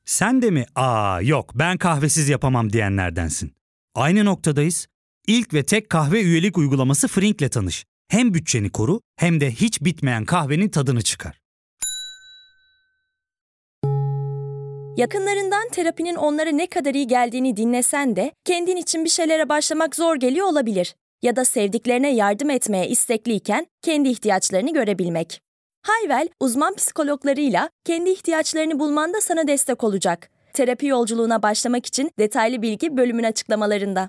Sen de mi yok ben kahvesiz yapamam diyenlerdensin? Aynı noktadayız. İlk ve tek kahve üyelik uygulaması Frink'le tanış. Hem bütçeni koru hem de hiç bitmeyen kahvenin tadını çıkar. Yakınlarından terapinin onlara ne kadar iyi geldiğini dinlesen de kendin için bir şeylere başlamak zor geliyor olabilir. Ya da sevdiklerine yardım etmeye istekliyken kendi ihtiyaçlarını görebilmek. Hayvel, uzman psikologlarıyla kendi ihtiyaçlarını bulmanda sana destek olacak. Terapi yolculuğuna başlamak için detaylı bilgi bölümün açıklamalarında.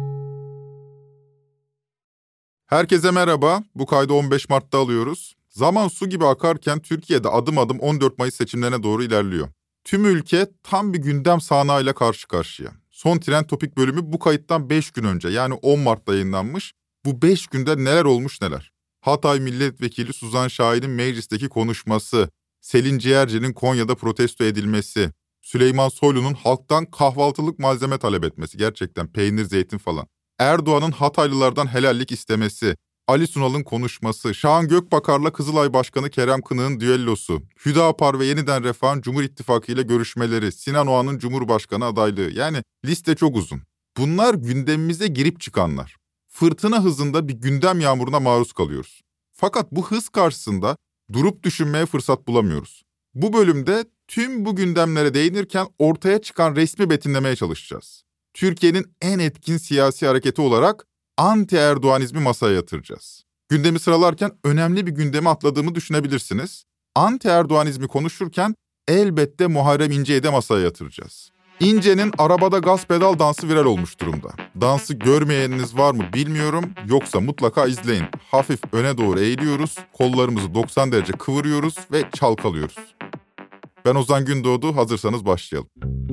Herkese merhaba. Bu kaydı 15 Mart'ta alıyoruz. Zaman su gibi akarken Türkiye'de adım adım 14 Mayıs seçimlerine doğru ilerliyor. Tüm ülke tam bir gündem sahnağıyla karşı karşıya. Son Trend Topik bölümü bu kayıttan 5 gün önce yani 10 Mart'ta yayınlanmış. Bu 5 günde neler olmuş neler. Hatay Milletvekili Suzan Şahin'in meclisteki konuşması, Selin Ciğerci'nin Konya'da protesto edilmesi, Süleyman Soylu'nun halktan kahvaltılık malzeme talep etmesi, gerçekten peynir, zeytin falan. Erdoğan'ın Hataylılardan helallik istemesi, Ali Sunal'ın konuşması, Şahan Gökbakar'la Kızılay Başkanı Kerem Kınık'ın düellosu, Hüdapar ve Yeniden Refah'ın Cumhur İttifakı ile görüşmeleri, Sinan Oğan'ın Cumhurbaşkanı adaylığı, yani liste çok uzun. Bunlar gündemimize girip çıkanlar. Fırtına hızında bir gündem yağmuruna maruz kalıyoruz. Fakat bu hız karşısında durup düşünmeye fırsat bulamıyoruz. Bu bölümde tüm bu gündemlere değinirken ortaya çıkan resmi betimlemeye çalışacağız. Türkiye'nin en etkin siyasi hareketi olarak anti-Erdoğanizmi masaya yatıracağız. Gündemi sıralarken önemli bir gündemi atladığımı düşünebilirsiniz. Anti-Erdoğanizmi konuşurken elbette Muharrem İnce'yi de masaya yatıracağız. İnce'nin arabada gaz pedal dansı viral olmuş durumda. Dansı görmeyeniniz var mı bilmiyorum, yoksa mutlaka izleyin. Hafif öne doğru eğiliyoruz, kollarımızı 90 derece kıvırıyoruz ve çalkalıyoruz. Ben Ozan Gündoğdu, hazırsanız başlayalım.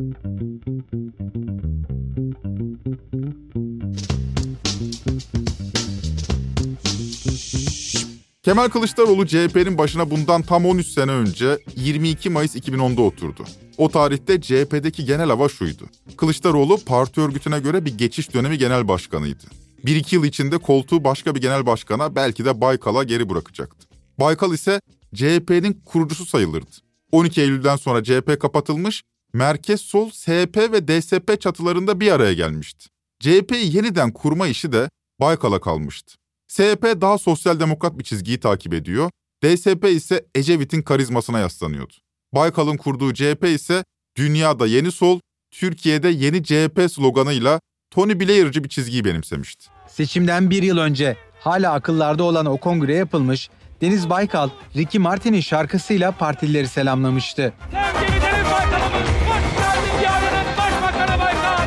Kemal Kılıçdaroğlu CHP'nin başına bundan tam 13 sene önce 22 Mayıs 2010'da oturdu. O tarihte CHP'deki genel hava şuydu. Kılıçdaroğlu parti örgütüne göre bir geçiş dönemi genel başkanıydı. 1-2 yıl içinde koltuğu başka bir genel başkana, belki de Baykal'a geri bırakacaktı. Baykal ise CHP'nin kurucusu sayılırdı. 12 Eylül'den sonra CHP kapatılmış, merkez sol SHP ve DSP çatılarında bir araya gelmişti. CHP'yi yeniden kurma işi de Baykal'a kalmıştı. SHP daha sosyal demokrat bir çizgiyi takip ediyor, DSP ise Ecevit'in karizmasına yaslanıyordu. Baykal'ın kurduğu CHP ise dünyada yeni sol, Türkiye'de yeni CHP sloganıyla Tony Blair'cı bir çizgiyi benimsemişti. Seçimden bir yıl önce hala akıllarda olan o kongre yapılmış, Deniz Baykal, Ricky Martin'in şarkısıyla partilileri selamlamıştı. Sevgili Deniz Baykal'ımız, hoş geldin yarının Başbakanı Baykal.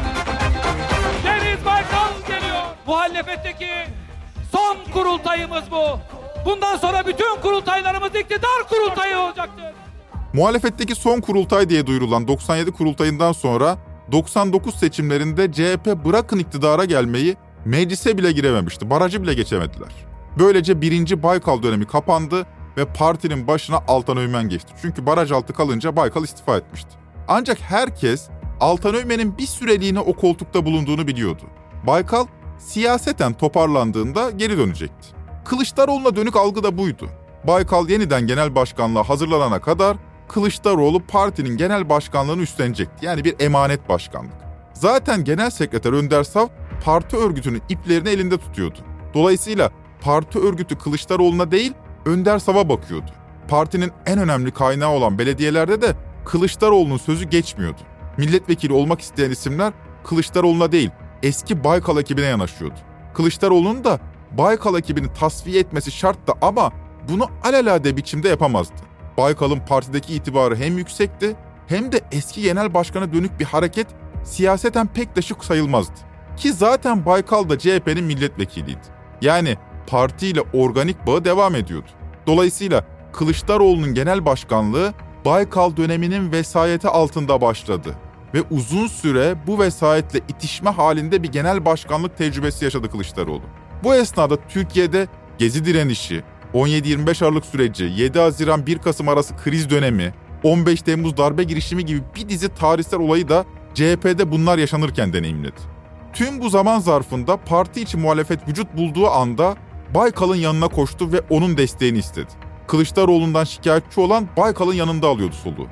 Deniz Baykal geliyor. Muhalefetteki son kurultayımız bu. Bundan sonra bütün kurultaylarımız iktidar kurultayı olacaktır. Muhalefetteki son kurultay diye duyurulan 97 kurultayından sonra 99 seçimlerinde CHP bırakın iktidara gelmeyi, meclise bile girememişti, barajı bile geçemediler. Böylece 1. Baykal dönemi kapandı ve partinin başına Altan Öğmen geçti. Çünkü baraj altı kalınca Baykal istifa etmişti. Ancak herkes Altan Öğmen'in bir süreliğine o koltukta bulunduğunu biliyordu. Baykal siyaseten toparlandığında geri dönecekti. Kılıçdaroğlu'na dönük algı da buydu. Baykal yeniden genel başkanlığa hazırlanana kadar Kılıçdaroğlu partinin genel başkanlığını üstlenecekti. Yani bir emanet başkanlık. Zaten genel sekreter Önder Sav parti örgütünün iplerini elinde tutuyordu. Dolayısıyla parti örgütü Kılıçdaroğlu'na değil Önder Sav'a bakıyordu. Partinin en önemli kaynağı olan belediyelerde de Kılıçdaroğlu'nun sözü geçmiyordu. Milletvekili olmak isteyen isimler Kılıçdaroğlu'na değil eski Baykal ekibine yanaşıyordu. Kılıçdaroğlu'nun da Baykal ekibini tasfiye etmesi şarttı ama bunu alelade biçimde yapamazdı. Baykal'ın partideki itibarı hem yüksekti hem de eski genel başkana dönük bir hareket siyaseten pek de şık sayılmazdı. Ki zaten Baykal da CHP'nin milletvekiliydi. Yani partiyle organik bağı devam ediyordu. Dolayısıyla Kılıçdaroğlu'nun genel başkanlığı Baykal döneminin vesayeti altında başladı. Ve uzun süre bu vesayetle itişme halinde bir genel başkanlık tecrübesi yaşadı Kılıçdaroğlu. Bu esnada Türkiye'de Gezi direnişi, 17-25 Aralık süreci, 7 Haziran 1 Kasım arası kriz dönemi, 15 Temmuz darbe girişimi gibi bir dizi tarihsel olayı da CHP'de bunlar yaşanırken deneyimledi. Tüm bu zaman zarfında parti içi muhalefet vücut bulduğu anda Baykal'ın yanına koştu ve onun desteğini istedi. Kılıçdaroğlu'ndan şikayetçi olan Baykal'ın yanında alıyordu soluğu.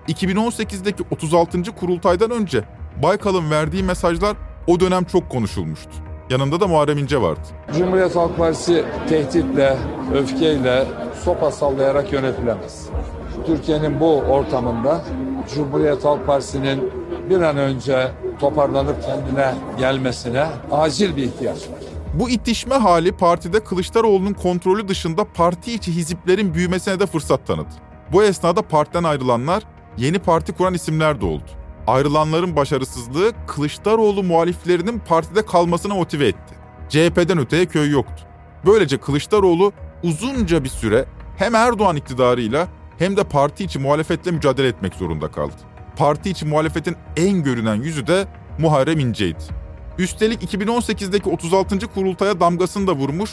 2018'deki 36. kurultaydan önce Baykal'ın verdiği mesajlar o dönem çok konuşulmuştu. Yanında da Muharrem İnce vardı. Cumhuriyet Halk Partisi tehditle, öfkeyle, sopa sallayarak yönetilemez. Türkiye'nin bu ortamında Cumhuriyet Halk Partisi'nin bir an önce toparlanıp kendine gelmesine acil bir ihtiyaç var. Bu itişme hali partide Kılıçdaroğlu'nun kontrolü dışında parti içi hiziplerin büyümesine de fırsat tanıdı. Bu esnada partiden ayrılanlar, yeni parti kuran isimler de oldu. Ayrılanların başarısızlığı Kılıçdaroğlu muhaliflerinin partide kalmasına motive etti. CHP'den öteye köy yoktu. Böylece Kılıçdaroğlu uzunca bir süre hem Erdoğan iktidarıyla hem de parti içi muhalefetle mücadele etmek zorunda kaldı. Parti içi muhalefetin en görünen yüzü de Muharrem İnce'ydi. Üstelik 2018'deki 36. kurultaya damgasını da vurmuş,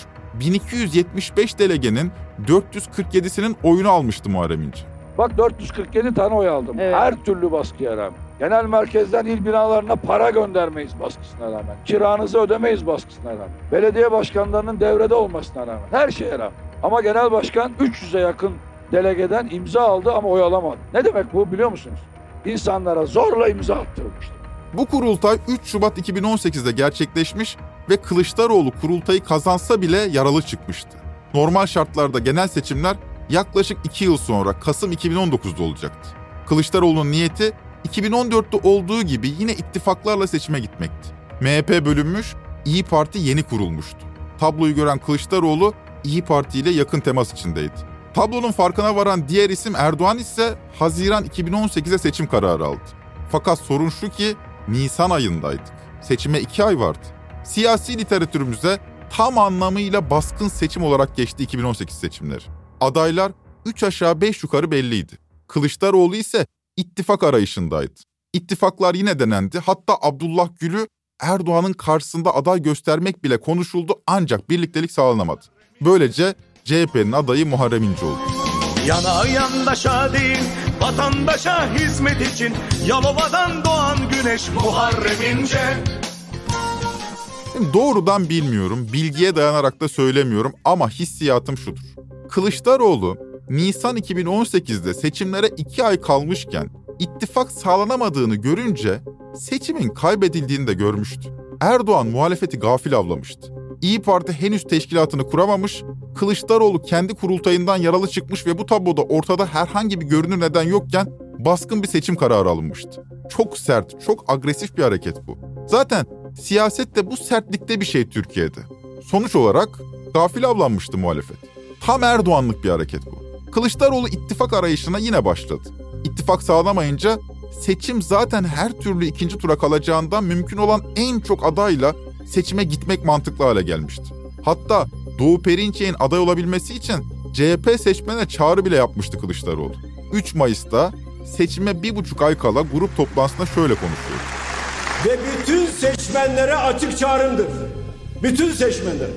1275 delegenin 447'sinin oyunu almıştı Muharrem İnce. Bak 447 tane oy aldım. Evet. Her türlü baskıya rağmen. Genel merkezden il binalarına para göndermeyiz baskısına rağmen. Kiranızı ödemeyiz baskısına rağmen. Belediye başkanlarının devrede olmasına rağmen. Her şeye rağmen. Ama genel başkan 300'e yakın delegeden imza aldı ama oy alamadı. Ne demek bu biliyor musunuz? İnsanlara zorla imza attırılmıştı. Bu kurultay 3 Şubat 2018'de gerçekleşmiş ve Kılıçdaroğlu kurultayı kazansa bile yaralı çıkmıştı. Normal şartlarda genel seçimler yaklaşık 2 yıl sonra Kasım 2019'da olacaktı. Kılıçdaroğlu'nun niyeti 2014'te olduğu gibi yine ittifaklarla seçime gitmekti. MHP bölünmüş, İYİ Parti yeni kurulmuştu. Tabloyu gören Kılıçdaroğlu İYİ Parti ile yakın temas içindeydi. Tablonun farkına varan diğer isim Erdoğan ise Haziran 2018'e seçim kararı aldı. Fakat sorun şu ki Nisan ayındaydık. Seçime 2 ay vardı. Siyasi literatürümüze tam anlamıyla baskın seçim olarak geçti 2018 seçimleri. Adaylar 3 aşağı 5 yukarı belliydi. Kılıçdaroğlu ise ittifak arayışındaydı. İttifaklar yine denendi. Hatta Abdullah Gül'ü Erdoğan'ın karşısında aday göstermek bile konuşuldu ancak birliktelik sağlanamadı. Böylece CHP'nin adayı Muharrem İnce oldu. Yana yandaşa değil, vatandaşa hizmet için Yalova'dan doğan güneş Muharrem İnce. Doğrudan bilmiyorum, bilgiye dayanarak da söylemiyorum ama hissiyatım şudur. Kılıçdaroğlu, Nisan 2018'de seçimlere 2 ay kalmışken ittifak sağlanamadığını görünce seçimin kaybedildiğini de görmüştü. Erdoğan muhalefeti gafil avlamıştı. İYİ Parti henüz teşkilatını kuramamış, Kılıçdaroğlu kendi kurultayından yaralı çıkmış ve bu tabloda ortada herhangi bir görünür neden yokken baskın bir seçim kararı alınmıştı. Çok sert, çok agresif bir hareket bu. Zaten siyaset de bu sertlikte bir şey Türkiye'de. Sonuç olarak gafil avlanmıştı muhalefet. Tam Erdoğanlık bir hareket bu. Kılıçdaroğlu ittifak arayışına yine başladı. İttifak sağlamayınca seçim zaten her türlü ikinci tura kalacağından mümkün olan en çok adayla seçime gitmek mantıklı hale gelmişti. Hatta Doğu Perinçek'in aday olabilmesi için CHP seçmenine çağrı bile yapmıştı Kılıçdaroğlu. 3 Mayıs'ta seçime 1,5 ay kala grup toplantısında şöyle konuşuyor. Ve bütün seçmenlere açık çağrımdır. Bütün seçmenlere.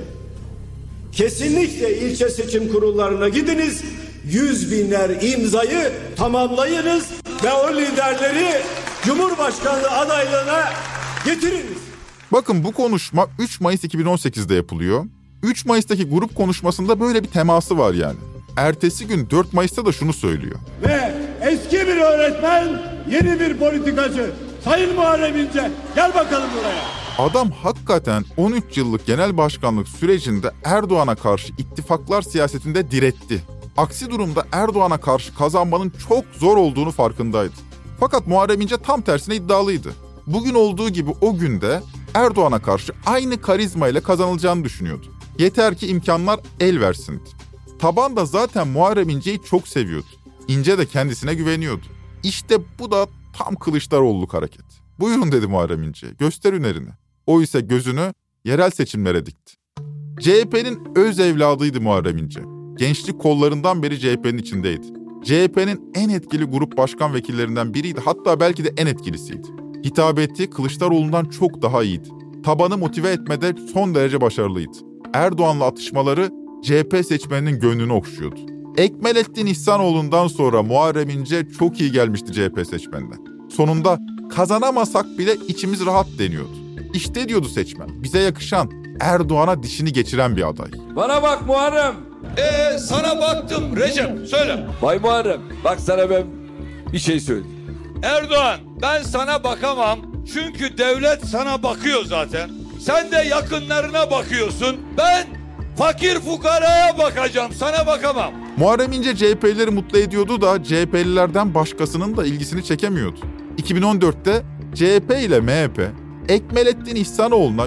Kesinlikle ilçe seçim kurullarına gidiniz. 100.000'ler imzayı tamamlayınız ve o liderleri Cumhurbaşkanlığı adaylığına getiriniz. Bakın bu konuşma 3 Mayıs 2018'de yapılıyor. 3 Mayıs'taki grup konuşmasında böyle bir teması var yani. Ertesi gün 4 Mayıs'ta da şunu söylüyor. Ve eski bir öğretmen, yeni bir politikacı. Sayın Muharrem İnce, gel bakalım buraya. Adam hakikaten 13 yıllık genel başkanlık sürecinde Erdoğan'a karşı ittifaklar siyasetinde diretti. Aksi durumda Erdoğan'a karşı kazanmanın çok zor olduğunu farkındaydı. Fakat Muharrem İnce tam tersine iddialıydı. Bugün olduğu gibi o günde Erdoğan'a karşı aynı karizma ile kazanılacağını düşünüyordu. Yeter ki imkanlar el versin. Taban da zaten Muharrem İnce'yi çok seviyordu. İnce de kendisine güveniyordu. İşte bu da tam Kılıçdaroğlu'luk hareket. Buyurun dedi Muharrem İnce, göster hünerini. O ise gözünü yerel seçimlere dikti. CHP'nin öz evladıydı Muharrem İnce. Gençlik kollarından beri CHP'nin içindeydi. CHP'nin en etkili grup başkan vekillerinden biriydi, hatta belki de en etkilisiydi. Hitabeti Kılıçdaroğlu'ndan çok daha iyiydi. Tabanı motive etmede son derece başarılıydı. Erdoğan'la atışmaları CHP seçmeninin gönlünü okşuyordu. Ekmelettin İhsanoğlu'ndan sonra Muharrem İnce çok iyi gelmişti CHP seçmenine. Sonunda kazanamasak bile içimiz rahat deniyordu. İşte diyordu seçmen, bize yakışan, Erdoğan'a dişini geçiren bir aday. Bana bak Muharrem. Sana baktım Recep, söyle. Bay Muharrem, bak sana ben bir şey söyleyeyim. Erdoğan, ben sana bakamam çünkü devlet sana bakıyor zaten. Sen de yakınlarına bakıyorsun. Ben fakir fukaraya bakacağım, sana bakamam. Muharrem İnce CHP'lileri mutlu ediyordu da CHP'lilerden başkasının da ilgisini çekemiyordu. 2014'te CHP ile MHP, Ekmelettin İhsanoğlu'na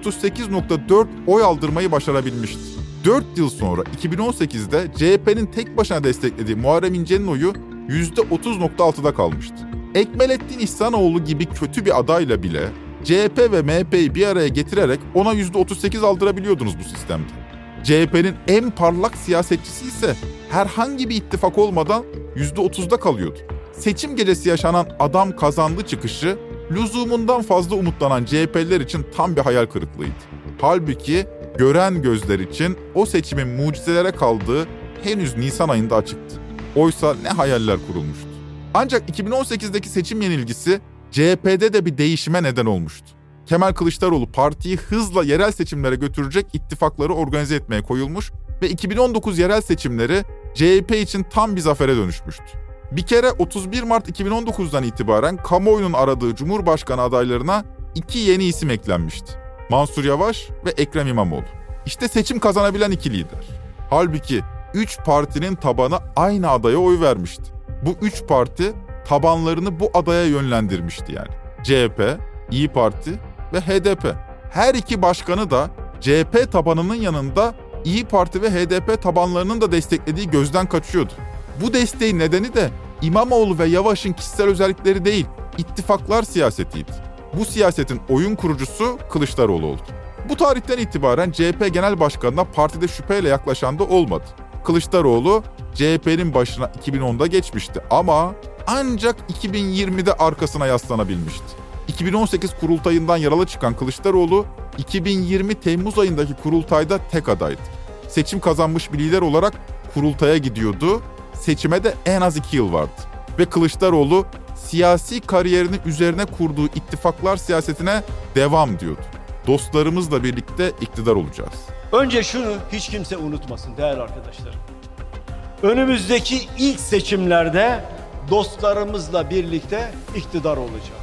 %38.4 oy aldırmayı başarabilmişti. 4 yıl sonra 2018'de CHP'nin tek başına desteklediği Muharrem İnce'nin oyu %30.6'da kalmıştı. Ekmelettin İhsanoğlu gibi kötü bir adayla bile CHP ve MHP'yi bir araya getirerek ona %38 aldırabiliyordunuz bu sistemde. CHP'nin en parlak siyasetçisi ise herhangi bir ittifak olmadan %30'da kalıyordu. Seçim gecesi yaşanan adam kazandı çıkışı, lüzumundan fazla umutlanan CHP'liler için tam bir hayal kırıklığıydı. Halbuki gören gözler için o seçimin mucizelere kaldığı henüz Nisan ayında açıktı. Oysa ne hayaller kurulmuştu. Ancak 2018'deki seçim yenilgisi CHP'de de bir değişime neden olmuştu. Kemal Kılıçdaroğlu partiyi hızla yerel seçimlere götürecek ittifakları organize etmeye koyulmuş ve 2019 yerel seçimleri CHP için tam bir zafere dönüşmüştü. Bir kere 31 Mart 2019'dan itibaren kamuoyunun aradığı Cumhurbaşkanı adaylarına 2 yeni isim eklenmişti. Mansur Yavaş ve Ekrem İmamoğlu. İşte seçim kazanabilen 2 lider. Halbuki 3 partinin tabanı aynı adaya oy vermişti. Bu 3 parti tabanlarını bu adaya yönlendirmişti yani. CHP, İYİ Parti ve HDP. Her iki başkanı da CHP tabanının yanında İYİ Parti ve HDP tabanlarının da desteklediği gözden kaçıyordu. Bu desteğin nedeni de İmamoğlu ve Yavaş'ın kişisel özellikleri değil, ittifaklar siyasetiydi. Bu siyasetin oyun kurucusu Kılıçdaroğlu oldu. Bu tarihten itibaren CHP Genel Başkanı'na partide şüpheyle yaklaşan da olmadı. Kılıçdaroğlu CHP'nin başına 2010'da geçmişti ama ancak 2020'de arkasına yaslanabilmişti. 2018 kurultayından yaralı çıkan Kılıçdaroğlu, 2020 Temmuz ayındaki kurultayda tek adaydı. Seçim kazanmış bir lider olarak kurultaya gidiyordu. Seçime de en az 2 yıl vardı. Ve Kılıçdaroğlu siyasi kariyerini üzerine kurduğu ittifaklar siyasetine devam diyordu. Dostlarımızla birlikte iktidar olacağız. Önce şunu hiç kimse unutmasın değerli arkadaşlar. Önümüzdeki ilk seçimlerde dostlarımızla birlikte iktidar olacağız.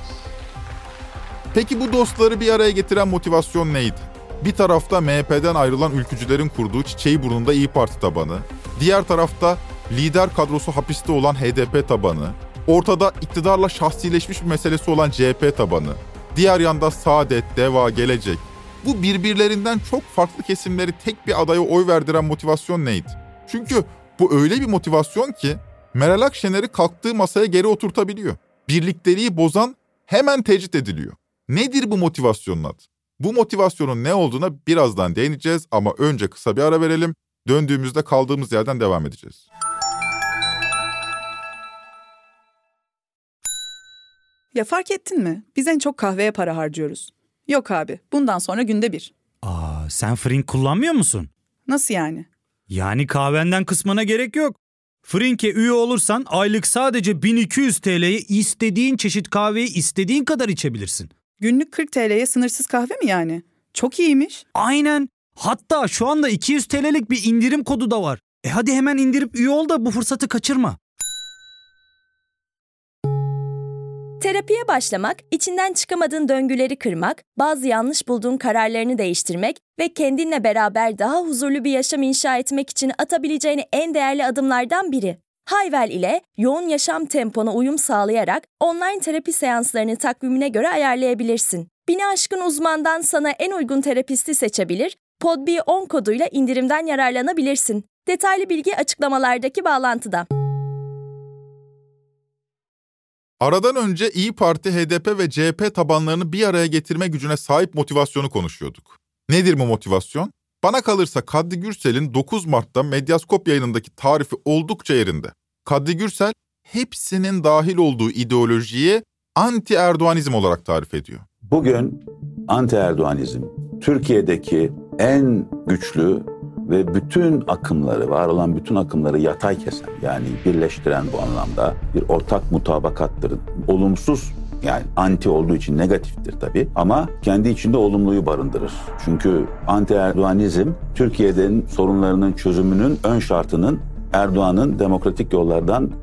Peki bu dostları bir araya getiren motivasyon neydi? Bir tarafta MHP'den ayrılan ülkücülerin kurduğu Çiçeğiburnunda İYİ Parti tabanı, diğer tarafta lider kadrosu hapiste olan HDP tabanı, ortada iktidarla şahsileşmiş bir meselesi olan CHP tabanı, diğer yanda Saadet, Deva, Gelecek. Bu birbirlerinden çok farklı kesimleri tek bir adaya oy verdiren motivasyon neydi? Çünkü bu öyle bir motivasyon ki Meral Akşener'i kalktığı masaya geri oturtabiliyor. Birlikteliği bozan hemen tecrit ediliyor. Nedir bu motivasyonun adı? Bu motivasyonun ne olduğuna birazdan değineceğiz ama önce kısa bir ara verelim. Döndüğümüzde kaldığımız yerden devam edeceğiz. Ya fark ettin mi? Biz en çok kahveye para harcıyoruz. Yok abi, bundan sonra günde 1. Sen Frink kullanmıyor musun? Nasıl yani? Yani kahvenden kısmına gerek yok. Frink'e üye olursan aylık sadece 1200 TL'ye istediğin çeşit kahveyi istediğin kadar içebilirsin. Günlük 40 TL'ye sınırsız kahve mi yani? Çok iyiymiş. Aynen. Hatta şu anda 200 TL'lik bir indirim kodu da var. Hadi hemen indirip üye ol da bu fırsatı kaçırma. Terapiye başlamak, içinden çıkamadığın döngüleri kırmak, bazı yanlış bulduğun kararlarını değiştirmek ve kendinle beraber daha huzurlu bir yaşam inşa etmek için atabileceğin en değerli adımlardan biri. Hayvel ile yoğun yaşam tempona uyum sağlayarak online terapi seanslarını takvimine göre ayarlayabilirsin. 1000'i aşkın uzmandan sana en uygun terapisti seçebilir, PODB10 koduyla indirimden yararlanabilirsin. Detaylı bilgi açıklamalardaki bağlantıda. Aradan önce İYİ Parti, HDP ve CHP tabanlarını bir araya getirme gücüne sahip motivasyonu konuşuyorduk. Nedir bu motivasyon? Bana kalırsa Kadri Gürsel'in 9 Mart'ta Medyaskop yayınındaki tarifi oldukça yerinde. Kadri Gürsel, hepsinin dahil olduğu ideolojiyi anti-Erdoğanizm olarak tarif ediyor. Bugün anti-Erdoğanizm Türkiye'deki en güçlü ve bütün akımları, var olan bütün akımları yatay kesen, yani birleştiren bu anlamda bir ortak mutabakattır. Olumsuz, yani anti olduğu için negatiftir tabii ama kendi içinde olumluyu barındırır. Çünkü anti-Erdoğanizm Türkiye'nin sorunlarının çözümünün ön şartının Erdoğan'ın demokratik yollardan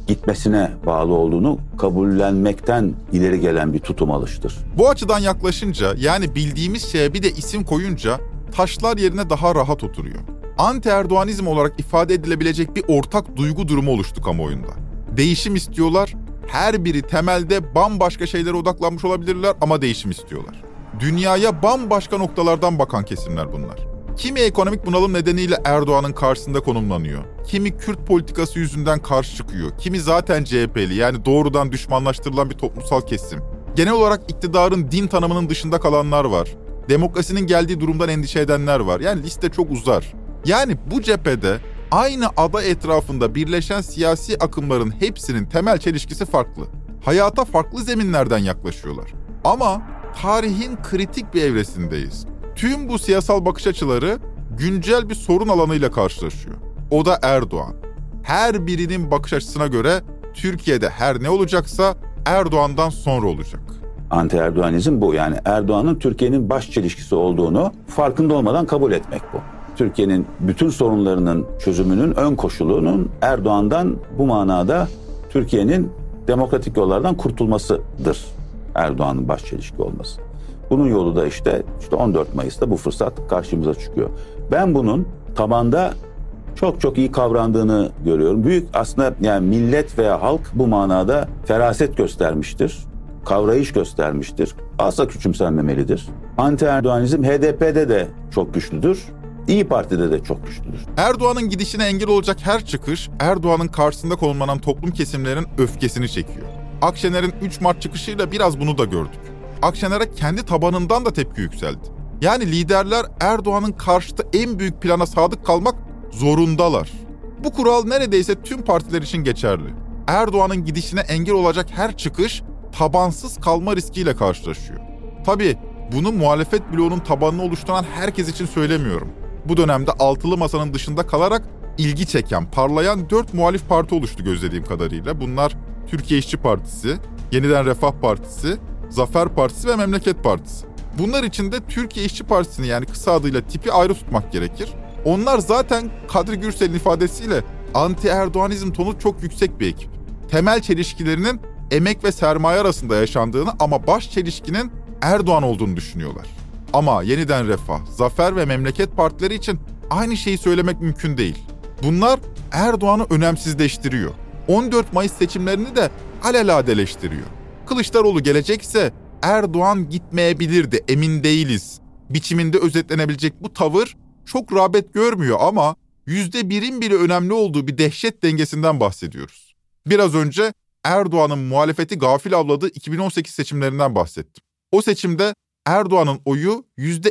gitmesine bağlı olduğunu kabullenmekten ileri gelen bir tutum alıştır. Bu açıdan yaklaşınca, yani bildiğimiz şeye bir de isim koyunca taşlar yerine daha rahat oturuyor. Anti-Erdoğanizm olarak ifade edilebilecek bir ortak duygu durumu oluştu kamuoyunda. Değişim istiyorlar, her biri temelde bambaşka şeylere odaklanmış olabilirler ama değişim istiyorlar. Dünyaya bambaşka noktalardan bakan kesimler bunlar. Kimi ekonomik bunalım nedeniyle Erdoğan'ın karşısında konumlanıyor. Kimi Kürt politikası yüzünden karşı çıkıyor. Kimi zaten CHP'li, yani doğrudan düşmanlaştırılan bir toplumsal kesim. Genel olarak iktidarın din tanımının dışında kalanlar var. Demokrasinin geldiği durumdan endişe edenler var. Yani liste çok uzar. Yani bu cephede aynı aday etrafında birleşen siyasi akımların hepsinin temel çelişkisi farklı. Hayata farklı zeminlerden yaklaşıyorlar. Ama tarihin kritik bir evresindeyiz. Tüm bu siyasal bakış açıları güncel bir sorun alanıyla karşılaşıyor. O da Erdoğan. Her birinin bakış açısına göre Türkiye'de her ne olacaksa Erdoğan'dan sonra olacak. Anti-Erdoğanizm bu. Yani Erdoğan'ın Türkiye'nin baş çelişkisi olduğunu farkında olmadan kabul etmek bu. Türkiye'nin bütün sorunlarının çözümünün ön koşulunun Erdoğan'dan bu manada Türkiye'nin demokratik yollardan kurtulmasıdır. Erdoğan'ın baş çelişki olması. Bunun yolu da işte 14 Mayıs'ta bu fırsat karşımıza çıkıyor. Ben bunun tabanda çok iyi kavrandığını görüyorum. Büyük aslında yani millet veya halk bu manada feraset göstermiştir. Kavrayış göstermiştir. Asla küçümsenmemelidir. Anti-Erdoğanizm HDP'de de çok güçlüdür. İYİ Parti'de de çok güçlüdür. Erdoğan'ın gidişine engel olacak her çıkış, Erdoğan'ın karşısında konumlanan toplum kesimlerin öfkesini çekiyor. Akşener'in 3 Mart çıkışıyla biraz bunu da gördük. Akşener'e kendi tabanından da tepki yükseldi. Yani liderler Erdoğan'ın karşıtı en büyük plana sadık kalmak zorundalar. Bu kural neredeyse tüm partiler için geçerli. Erdoğan'ın gidişine engel olacak her çıkış tabansız kalma riskiyle karşılaşıyor. Tabii bunu muhalefet bloğunun tabanını oluşturan herkes için söylemiyorum. Bu dönemde altılı masanın dışında kalarak ilgi çeken, parlayan 4 muhalif parti oluştu gözlediğim kadarıyla. Bunlar Türkiye İşçi Partisi, Yeniden Refah Partisi, Zafer Partisi ve Memleket Partisi. Bunlar içinde Türkiye İşçi Partisi'ni, yani kısa adıyla tipi, ayrı tutmak gerekir. Onlar zaten Kadri Gürsel'in ifadesiyle anti-Erdoğanizm tonu çok yüksek bir ekip. Temel çelişkilerinin emek ve sermaye arasında yaşandığını ama baş çelişkinin Erdoğan olduğunu düşünüyorlar. Ama Yeniden Refah, Zafer ve Memleket Partileri için aynı şeyi söylemek mümkün değil. Bunlar Erdoğan'ı önemsizleştiriyor. 14 Mayıs seçimlerini de alelade. Kılıçdaroğlu gelecekse Erdoğan gitmeyebilirdi, emin değiliz biçiminde özetlenebilecek bu tavır çok rağbet görmüyor ama %1'in bile önemli olduğu bir dehşet dengesinden bahsediyoruz. Biraz önce Erdoğan'ın muhalefeti gafil avladığı 2018 seçimlerinden bahsettim. O seçimde Erdoğan'ın oyu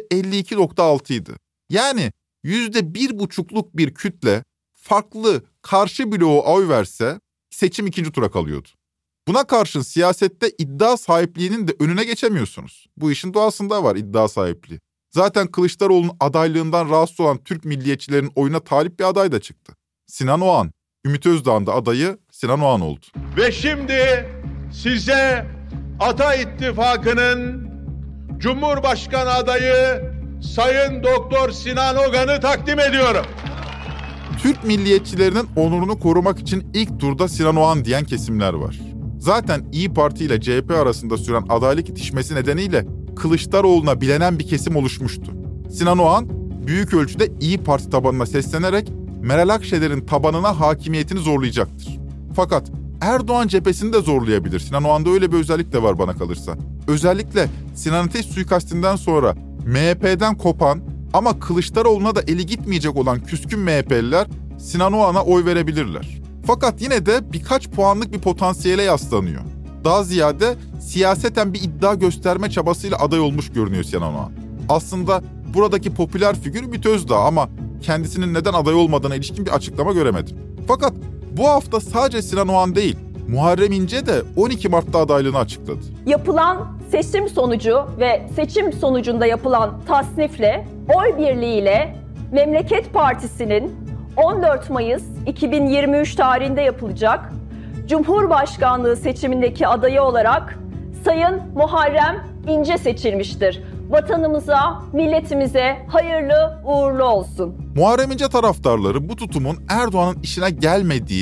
%52.6 idi. Yani %1,5'luk bir kütle farklı karşı bloğa oy verse seçim ikinci tura kalıyordu. Buna karşın siyasette iddia sahipliğinin de önüne geçemiyorsunuz. Bu işin doğasında var iddia sahipliği. Zaten Kılıçdaroğlu'nun adaylığından rahatsız olan Türk milliyetçilerin oyuna talip bir aday da çıktı. Sinan Oğan. Ümit Özdağ'ın da adayı Sinan Oğan oldu. Ve şimdi size Ata İttifakı'nın Cumhurbaşkanı adayı Sayın Doktor Sinan Oğan'ı takdim ediyorum. Türk milliyetçilerinin onurunu korumak için ilk turda Sinan Oğan diyen kesimler var. Zaten İYİ Parti ile CHP arasında süren adaylık itişmesi nedeniyle Kılıçdaroğlu'na bilenen bir kesim oluşmuştu. Sinan Oğan büyük ölçüde İYİ Parti tabanına seslenerek Meral Akşener'in tabanına hakimiyetini zorlayacaktır. Fakat Erdoğan cephesini de zorlayabilir. Sinan Oğan'da öyle bir özellik de var bana kalırsa. Özellikle Sinan Ateş suikastinden sonra MHP'den kopan ama Kılıçdaroğlu'na da eli gitmeyecek olan küskün MHP'liler Sinan Oğan'a oy verebilirler. Fakat yine de birkaç puanlık bir potansiyele yaslanıyor. Daha ziyade siyaseten bir iddia gösterme çabasıyla aday olmuş görünüyor Sinan Oğan. Aslında buradaki popüler figür Ümit Özdağ ama kendisinin neden aday olmadığına ilişkin bir açıklama göremedim. Fakat bu hafta sadece Sinan Oğan değil, Muharrem İnce de 12 Mart'ta adaylığını açıkladı. Yapılan seçim sonucu ve seçim sonucunda yapılan tasnifle, oy birliğiyle Memleket Partisi'nin 14 Mayıs 2023 tarihinde yapılacak Cumhurbaşkanlığı seçimindeki adayı olarak Sayın Muharrem İnce seçilmiştir. Vatanımıza, milletimize hayırlı uğurlu olsun. Muharrem İnce taraftarları bu tutumun Erdoğan'ın işine gelmediği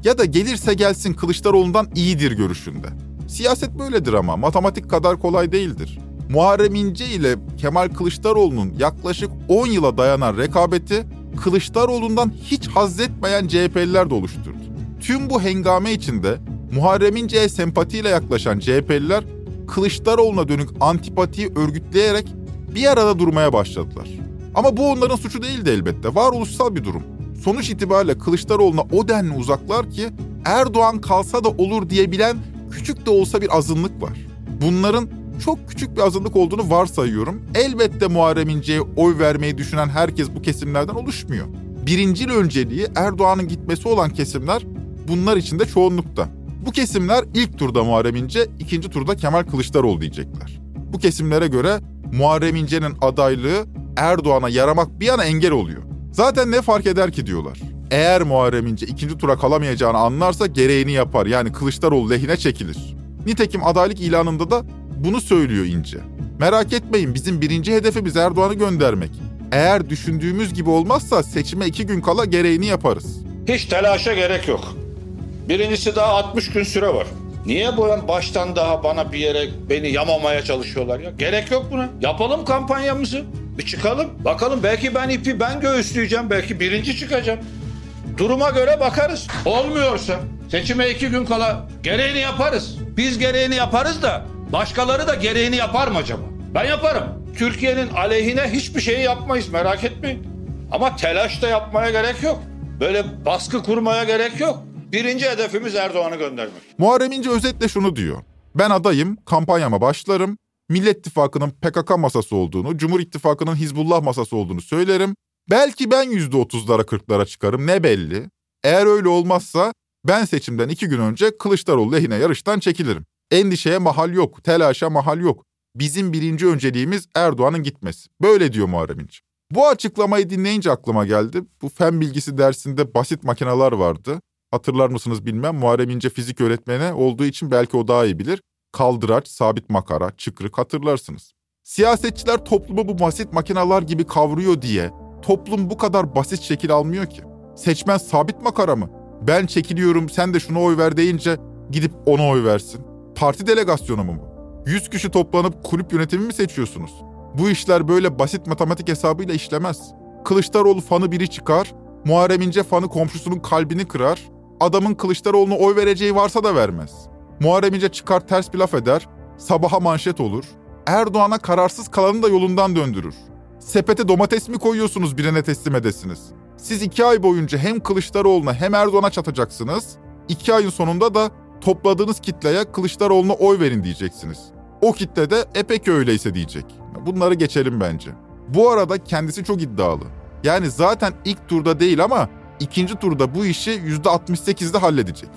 ya da gelirse gelsin Kılıçdaroğlu'ndan iyidir görüşünde. Siyaset böyledir ama matematik kadar kolay değildir. Muharrem İnce ile Kemal Kılıçdaroğlu'nun yaklaşık 10 yıla dayanan rekabeti Kılıçdaroğlu'ndan hiç haz etmeyen CHP'liler de oluşturdu. Tüm bu hengame içinde Muharrem İnce'ye sempatiyle yaklaşan CHP'liler Kılıçdaroğlu'na dönük antipatiyi örgütleyerek bir arada durmaya başladılar. Ama bu onların suçu değildi elbette. Varoluşsal bir durum. Sonuç itibariyle Kılıçdaroğlu'na o denli uzaklar ki Erdoğan kalsa da olur diyebilen küçük de olsa bir azınlık var. Bunların çok küçük bir azınlık olduğunu varsayıyorum. Elbette Muharrem İnce'ye oy vermeyi düşünen herkes bu kesimlerden oluşmuyor. Birincil önceliği Erdoğan'ın gitmesi olan kesimler bunlar içinde çoğunlukta. Bu kesimler ilk turda Muharrem İnce, ikinci turda Kemal Kılıçdaroğlu diyecekler. Bu kesimlere göre Muharrem İnce'nin adaylığı Erdoğan'a yaramak bir yana engel oluyor. Zaten ne fark eder ki diyorlar. Eğer Muharrem İnce ikinci tura kalamayacağını anlarsa gereğini yapar. Yani Kılıçdaroğlu lehine çekilir. Nitekim adaylık ilanında da bunu söylüyor İnce. Merak etmeyin, bizim birinci hedefimiz Erdoğan'ı göndermek. Eğer düşündüğümüz gibi olmazsa seçime 2 gün kala gereğini yaparız. Hiç telaşa gerek yok. Birincisi daha 60 gün süre var. Niye bu baştan daha bana bir yere beni yamamaya çalışıyorlar ya? Gerek yok buna. Yapalım kampanyamızı. Bir çıkalım. Bakalım, belki ben ipi göğüsleyeceğim. Belki birinci çıkacağım. Duruma göre bakarız. Olmuyorsa seçime 2 gün kala gereğini yaparız. Biz gereğini yaparız da başkaları da gereğini yapar mı acaba? Ben yaparım. Türkiye'nin aleyhine hiçbir şeyi yapmayız, merak etmeyin. Ama telaş da yapmaya gerek yok. Böyle baskı kurmaya gerek yok. Birinci hedefimiz Erdoğan'ı göndermek. Muharrem İnce özetle şunu diyor. Ben adayım, kampanyama başlarım. Millet İttifakı'nın PKK masası olduğunu, Cumhur İttifakı'nın Hizbullah masası olduğunu söylerim. Belki ben %30'lara 40'lara çıkarım, ne belli. Eğer öyle olmazsa ben seçimden 2 gün önce Kılıçdaroğlu lehine yarıştan çekilirim. Endişeye mahal yok, telaşa mahal yok. Bizim birinci önceliğimiz Erdoğan'ın gitmesi. Böyle diyor Muharrem İnce. Bu açıklamayı dinleyince aklıma geldi. Bu fen bilgisi dersinde basit makineler vardı. Hatırlar mısınız bilmem. Muharrem İnce fizik öğretmeni olduğu için belki o daha iyi bilir. Kaldıraç, sabit makara, çıkrık hatırlarsınız. Siyasetçiler toplumu bu basit makineler gibi kavruyor diye toplum bu kadar basit şekil almıyor ki. Seçmen sabit makara mı? Ben çekiliyorum, sen de şuna oy ver deyince gidip ona oy versin. Parti delegasyonu mu bu? 100 kişi toplanıp kulüp yönetimi mi seçiyorsunuz? Bu işler böyle basit matematik hesabıyla işlemez. Kılıçdaroğlu fanı biri çıkar, Muharrem İnce fanı komşusunun kalbini kırar, adamın Kılıçdaroğlu'na oy vereceği varsa da vermez. Muharrem İnce çıkar ters bir laf eder, sabaha manşet olur, Erdoğan'a kararsız kalanı da yolundan döndürür. Sepete domates mi koyuyorsunuz birine teslim edesiniz? Siz 2 ay boyunca hem Kılıçdaroğlu'na hem Erdoğan'a çatacaksınız, 2 ayın sonunda da topladığınız kitleye Kılıçdaroğlu'na oy verin diyeceksiniz. O kitle de peki öyleyse diyecek. Bunları geçelim bence. Bu arada kendisi çok iddialı. Yani zaten ilk turda değil ama ikinci turda bu işi %68'de halledecek.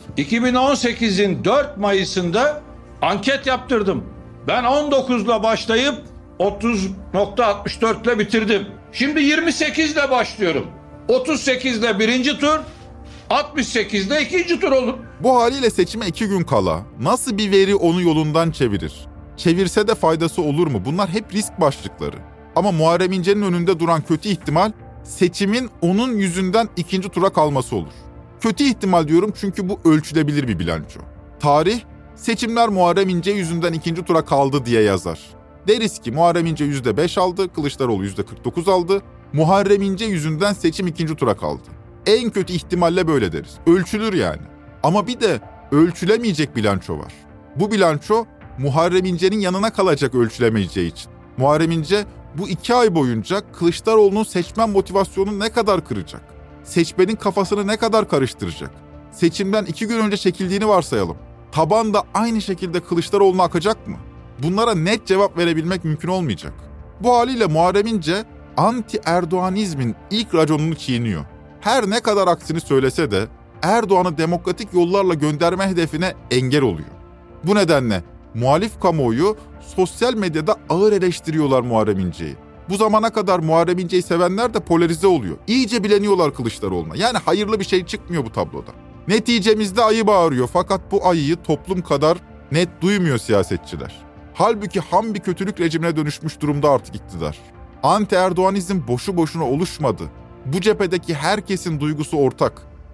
2018'in 4 Mayıs'ında anket yaptırdım. Ben 19'la başlayıp 30.64'le bitirdim. Şimdi 28'le başlıyorum. 38'le birinci tur, 68'de ikinci tur olur. Bu haliyle seçime 2 gün kala nasıl bir veri onu yolundan çevirir? Çevirse de faydası olur mu? Bunlar hep risk başlıkları. Ama Muharrem İnce'nin önünde duran kötü ihtimal seçimin onun yüzünden ikinci tura kalması olur. Kötü ihtimal diyorum çünkü bu ölçülebilir bir bilanço. Tarih, seçimler Muharrem İnce yüzünden ikinci tura kaldı diye yazar. Deriz ki Muharrem İnce %5 aldı, Kılıçdaroğlu %49 aldı. Muharrem İnce yüzünden seçim ikinci tura kaldı. En kötü ihtimalle böyle deriz. Ölçülür yani. Ama bir de ölçülemeyecek bilanço var. Bu bilanço Muharrem İnce'nin yanına kalacak ölçülemeyeceği için. Muharrem İnce bu 2 ay boyunca Kılıçdaroğlu'nun seçmen motivasyonunu ne kadar kıracak? Seçmenin kafasını ne kadar karıştıracak? Seçimden 2 gün önce çekildiğini varsayalım. Taban da aynı şekilde Kılıçdaroğlu'na akacak mı? Bunlara net cevap verebilmek mümkün olmayacak. Bu haliyle Muharrem İnce anti-Erdoğanizmin ilk raconunu çiğniyor. Her ne kadar aksini söylese de Erdoğan'ı demokratik yollarla gönderme hedefine engel oluyor. Bu nedenle muhalif kamuoyu sosyal medyada ağır eleştiriyorlar Muharrem İnce'yi. Bu zamana kadar Muharrem İnce'yi sevenler de polarize oluyor. İyice bileniyorlar Kılıçdaroğlu'na. Yani hayırlı bir şey çıkmıyor bu tabloda. Neticemizde ayı bağırıyor fakat bu ayıyı toplum kadar net duymuyor siyasetçiler. Halbuki ham bir kötülük rejimine dönüşmüş durumda artık iktidar. Anti-Erdoğanizm boşu boşuna oluşmadı. Bu cephedeki herkesin duygusu ortak.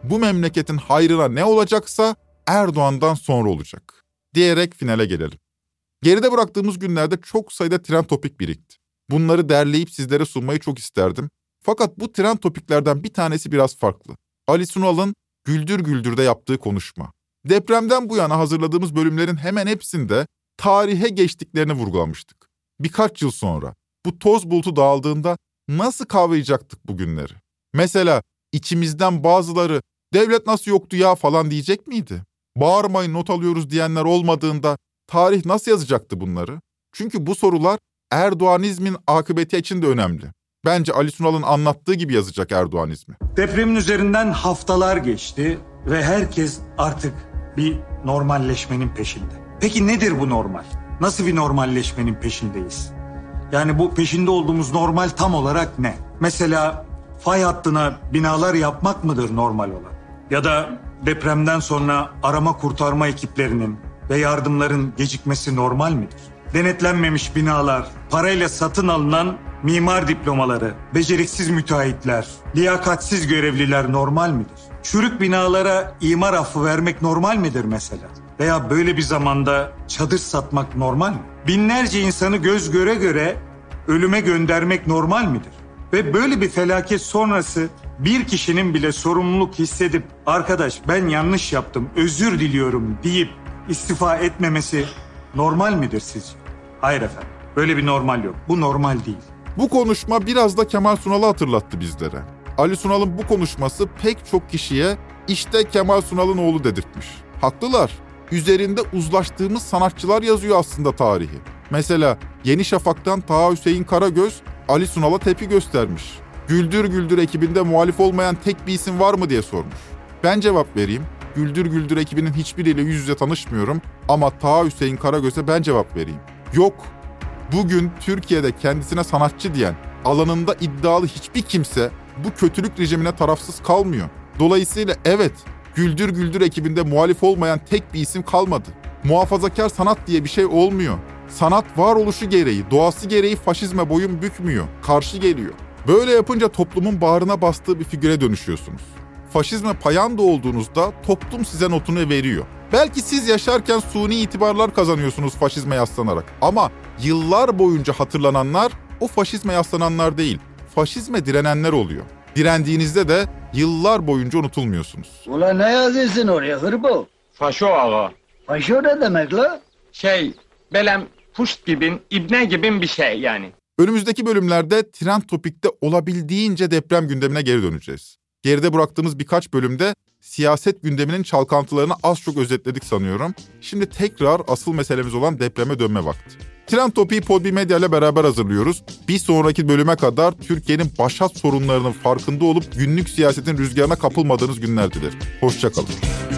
bu memleketin hayrına ne olacaksa Erdoğan'dan sonra olacak diyerek finale gelelim. Geride bıraktığımız günlerde çok sayıda trend topik birikti. Bunları derleyip sizlere sunmayı çok isterdim. Fakat bu trend topiklerden bir tanesi biraz farklı. Ali Sunal'ın Güldür Güldür'de yaptığı konuşma. Depremden bu yana hazırladığımız bölümlerin hemen hepsinde tarihe geçtiklerini vurgulamıştık. Birkaç yıl sonra bu toz bulutu dağıldığında nasıl kavrayacaktık bu günleri? Mesela içimizden bazıları devlet nasıl yoktu ya falan diyecek miydi? Bağırmayın not alıyoruz diyenler olmadığında tarih nasıl yazacaktı bunları? Çünkü bu sorular Erdoğanizmin akıbeti için de önemli. Bence Ali Sunal'ın anlattığı gibi yazacak Erdoğanizmi. Depremin üzerinden haftalar geçti ve herkes artık bir normalleşmenin peşinde. Peki nedir bu normal? Nasıl bir normalleşmenin peşindeyiz? Yani bu peşinde olduğumuz normal tam olarak ne? Mesela fay hattına binalar yapmak mıdır normal olan? Ya da depremden sonra arama kurtarma ekiplerinin ve yardımların gecikmesi normal midir? Denetlenmemiş binalar, parayla satın alınan mimar diplomaları, beceriksiz müteahhitler, liyakatsiz görevliler normal midir? Çürük binalara imar affı vermek normal midir mesela? Veya böyle bir zamanda çadır satmak normal mi? Binlerce insanı göz göre göre ölüme göndermek normal midir? Ve böyle bir felaket sonrası bir kişinin bile sorumluluk hissedip arkadaş ben yanlış yaptım, özür diliyorum deyip istifa etmemesi normal midir sizce? Hayır efendim. Böyle bir normal yok. Bu normal değil. Bu konuşma biraz da Kemal Sunal'ı hatırlattı bizlere. Ali Sunal'ın bu konuşması pek çok kişiye işte Kemal Sunal'ın oğlu dedirtmiş. Haklılar. Üzerinde uzlaştığımız sanatçılar yazıyor aslında tarihi. Mesela Yeni Şafak'tan Taha Hüseyin Karagöz Ali Sunal'a tepki göstermiş. Güldür Güldür ekibinde muhalif olmayan tek bir isim var mı diye sormuş. Ben cevap vereyim. Güldür Güldür ekibinin hiçbiriyle yüz yüze tanışmıyorum ama Taha Hüseyin Karagöz'e ben cevap vereyim. Yok. Bugün Türkiye'de kendisine sanatçı diyen, alanında iddialı hiçbir kimse bu kötülük rejimine tarafsız kalmıyor. Dolayısıyla evet, Güldür Güldür ekibinde muhalif olmayan tek bir isim kalmadı. Muhafazakar sanat diye bir şey olmuyor. Sanat varoluşu gereği, doğası gereği faşizme boyun bükmüyor, karşı geliyor. Böyle yapınca toplumun bağrına bastığı bir figüre dönüşüyorsunuz. Faşizme payanda olduğunuzda toplum size notunu veriyor. Belki siz yaşarken suni itibarlar kazanıyorsunuz faşizme yaslanarak. Ama yıllar boyunca hatırlananlar o faşizme yaslananlar değil, faşizme direnenler oluyor. Direndiğinizde de yıllar boyunca unutulmuyorsunuz. Ulan ne yazıyorsun oraya hırbo? Faşo ağa. Faşo ne demek la? Belem puşt gibin, ibne gibin bir şey yani. Önümüzdeki bölümlerde Trend Topik'te olabildiğince deprem gündemine geri döneceğiz. Geride bıraktığımız birkaç bölümde siyaset gündeminin çalkantılarını az çok özetledik sanıyorum. Şimdi tekrar asıl meselemiz olan depreme dönme vakti. Trend Topik'i Podbi Medya ile beraber hazırlıyoruz. Bir sonraki bölüme kadar Türkiye'nin başat sorunlarının farkında olup günlük siyasetin rüzgarına kapılmadığınız günler dilerim. Hoşça kalın.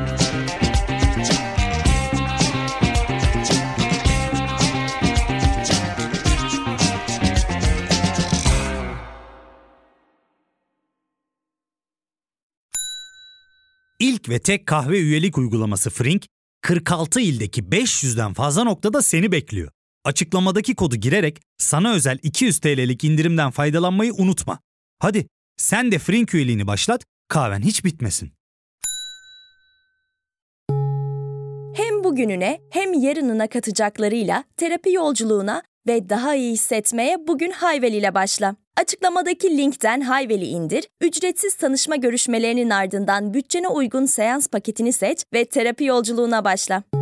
İlk ve tek kahve üyelik uygulaması Frink, 46 ildeki 500'den fazla noktada seni bekliyor. Açıklamadaki kodu girerek sana özel 200 TL'lik indirimden faydalanmayı unutma. Hadi sen de Frink üyeliğini başlat, kahven hiç bitmesin. Hem bugününe hem yarınına katacaklarıyla terapi yolculuğuna ve daha iyi hissetmeye bugün Hayvel ile başla. Açıklamadaki linkten Hayvel'i indir, ücretsiz tanışma görüşmelerinin ardından bütçene uygun seans paketini seç ve terapi yolculuğuna başla.